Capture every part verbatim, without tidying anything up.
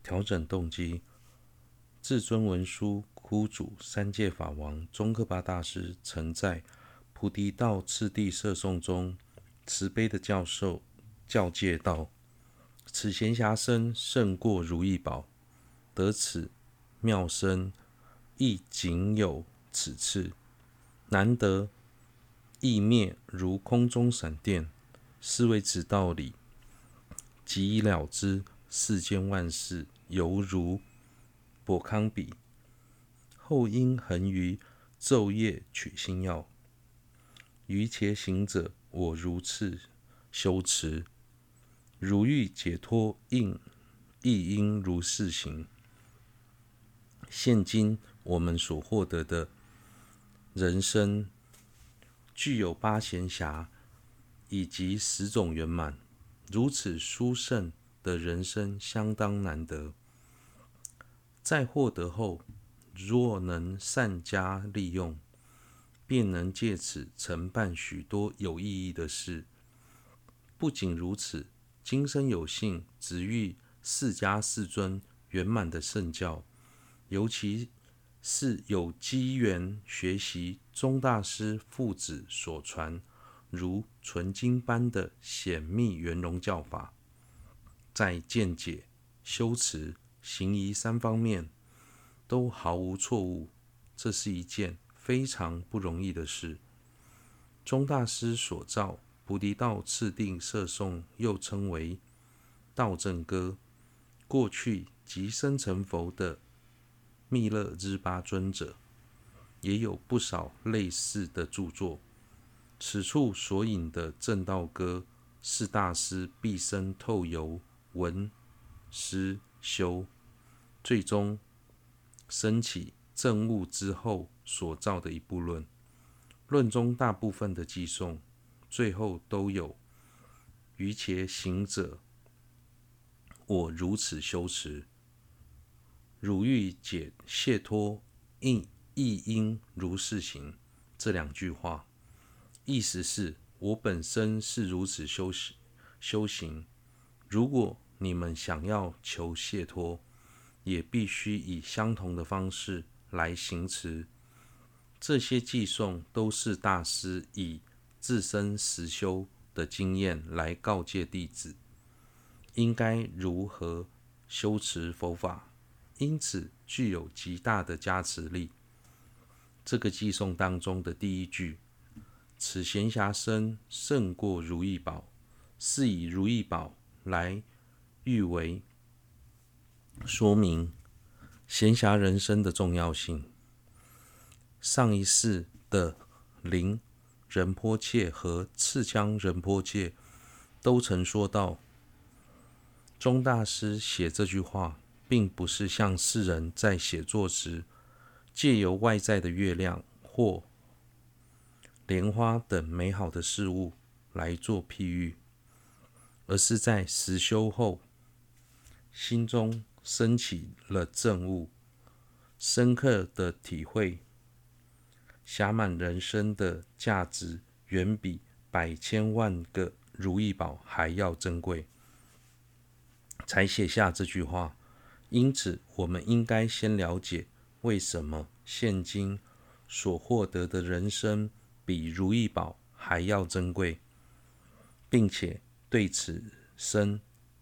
调整动机。至尊文殊窟主三界法王宗喀巴大师曾在菩提道次第摄颂中慈悲的教授教戒道：此闲暇身胜过如意宝，得此妙身亦仅有此次，难得亦灭如空中闪电。是为此道理，即已了之。世间万事犹如跛康笔，后因恒于昼夜取心要。于且行者，我如次修持，如欲解脱应亦应如是行。现今我们所获得的人生，具有八闲暇以及十种圆满，如此殊胜的人生相当难得。在获得后，若能善加利用，便能借此承办许多有意义的事。不仅如此，今生有幸值遇释迦世尊圆满的圣教，尤其是有机缘学习宗大师父子所传如纯经般的显密圆融教法，在见解、修持、行仪三方面都毫无错误，这是一件非常不容易的事。宗大师所造菩提道次第摄颂，又称为道正歌，过去即生成佛的密勒日巴尊者也有不少类似的著作。此处所引的正道歌，是大师毕生透由闻、思、修，最终升起证悟之后所造的一部论。论中大部分的寄颂，最后都有于且行者，我如此修持，汝欲解解脱亦应如是行这两句话。意思是我本身是如此修修行，如果你们想要求解脱，也必须以相同的方式来行持。这些寄颂都是大师以自身实修的经验来告诫弟子，应该如何修持佛法，因此具有极大的加持力。这个寄颂当中的第一句，此闲暇身胜过如意宝，是以如意宝来喻为说明闲暇人生的重要性。上一世的灵仁波切和赤江仁波切都曾说到，宗大师写这句话，并不是像世人在写作时借由外在的月亮或莲花等美好的事物来做譬喻，而是在实修后，心中升起了证悟，深刻的体会暇满人生的价值远比百千万个如意宝还要珍贵，才写下这句话。因此，我们应该先了解为什么现今所获得的人生比如意宝还要珍贵，并且对此生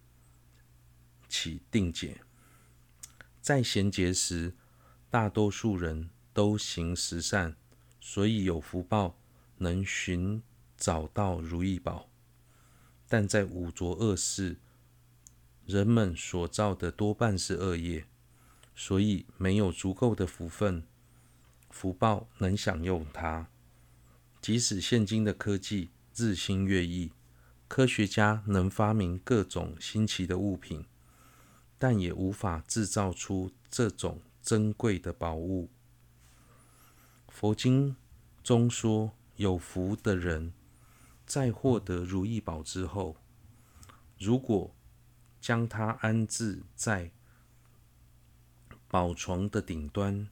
起定解。在闲节时，大多数人都行十善，所以有福报能寻找到如意宝。但在五浊恶世，人们所造的多半是恶业，所以没有足够的福分、福报能享用它。即使现今的科技日新月异，科学家能发明各种新奇的物品，但也无法制造出这种珍贵的宝物。佛经中说，有福的人在获得如意宝之后，如果将它安置在宝床的顶端，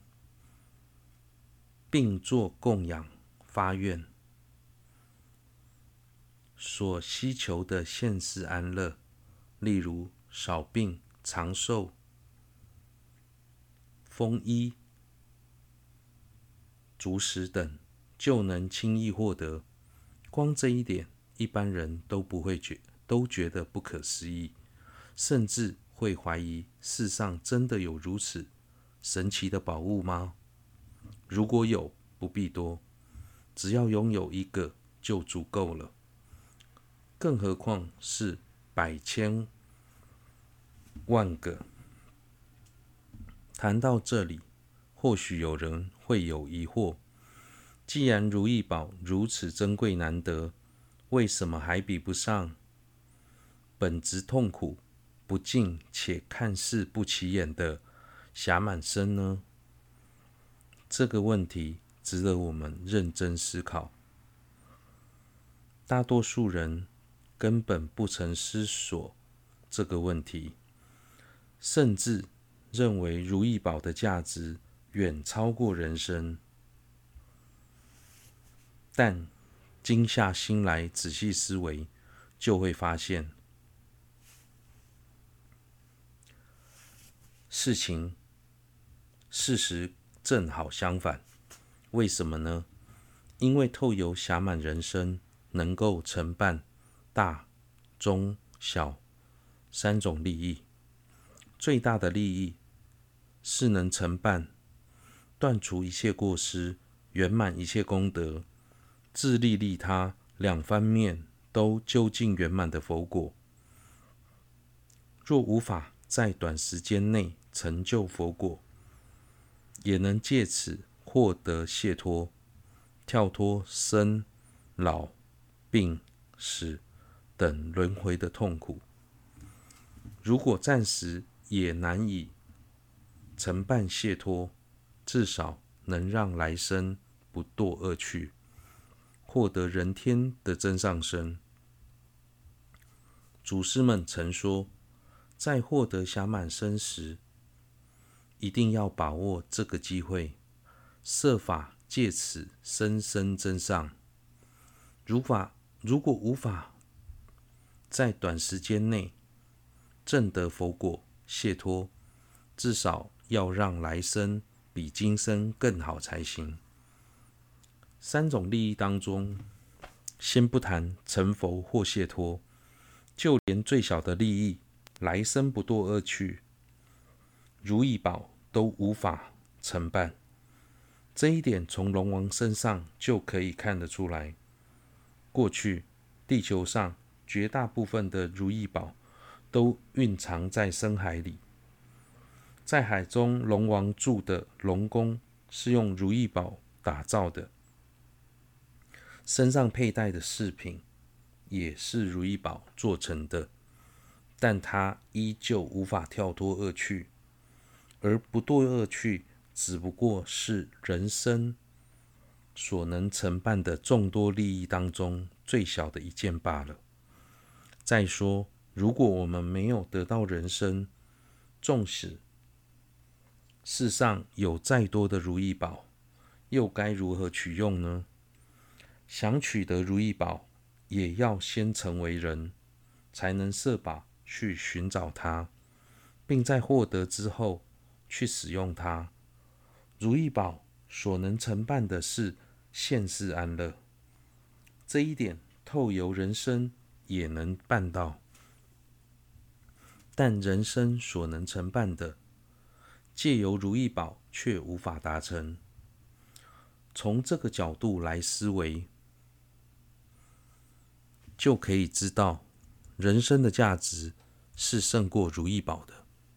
并做供养发愿，所希求的现世安乐，例如少病、长寿、 丰衣、足食等，就能轻易获得。光这一点，一般人都不会觉，都觉得不可思议，甚至会怀疑世上真的有如此神奇的宝物吗？如果有，不必多，只要拥有一个就足够了。更何况是百千万个。谈到这里，或许有人会有疑惑：既然如意宝如此珍贵难得，为什么还比不上本质痛苦、不敬且看似不起眼的侠满身呢？这个问题值得我们认真思考。大多数人根本不曾思索这个问题，甚至认为如意宝的价值远超过人参。但静下心来仔细思维，就会发现事情事实正好相反。为什么呢？因为透由侠满人参能够承办大、中、小三种利益。最大的利益是能承办断除一切过失，圆满一切功德，自利利他两方面都究竟圆满的佛果。若无法在短时间内成就佛果，也能借此获得解脱，跳脱生、老、病、死等轮回的痛苦。如果暂时也难以承办解脱，至少能让来生不堕恶趣，获得人天的真上身。祖师们曾说，在获得侠满身时，一定要把握这个机会，设法借此深深真上。如法如果无法在短时间内证得佛果解脱，至少要让来生比今生更好才行。三种利益当中，先不谈成佛或解脱，就连最小的利益，来生不堕恶趣，如意宝都无法承办。这一点从龙王身上就可以看得出来。过去地球上绝大部分的如意宝都蕴藏在深海里，在海中龙王住的龙宫是用如意宝打造的，身上佩戴的饰品也是如意宝做成的，但它依旧无法跳脱恶趣，而不堕恶趣只不过是人生所能承办的众多利益当中最小的一件罢了。再说，如果我们没有得到人生，纵使世上有再多的如意宝，又该如何取用呢？想取得如意宝，也要先成为人，才能设法去寻找它，并在获得之后去使用它。如意宝所能承办的是现世安乐，这一点透由人生也能办到，但人生所能承办的，借由如意宝却无法达成。从这个角度来思维，就可以知道人生的价值是胜过如意宝的。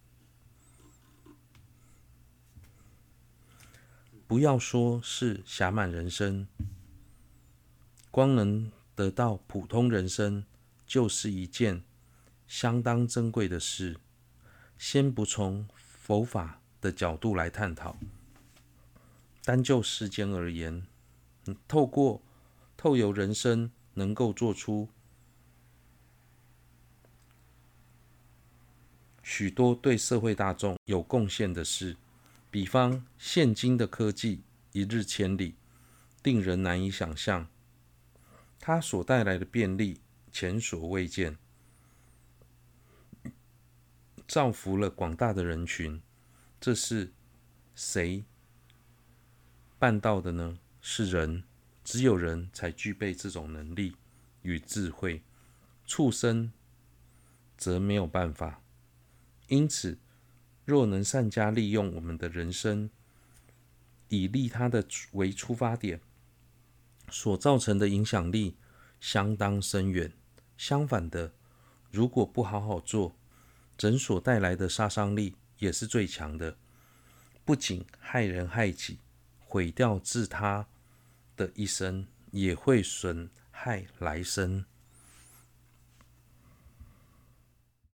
不要说是侠满人参，光能得到普通人参就是一件相当珍贵的事。先不从佛法的角度来探讨，单就世间而言，透过透由人参能够做出许多对社会大众有贡献的事，比方现今的科技一日千里，令人难以想象，它所带来的便利前所未见，造福了广大的人群，这是谁办到的呢？是人，只有人才具备这种能力与智慧，畜生则没有办法。因此，若能善加利用我们的人生，以利他的为出发点，所造成的影响力相当深远。相反的，如果不好好做，诊所带来的杀伤力也是最强的，不仅害人害己，毁掉自他的一生，也会损害来生。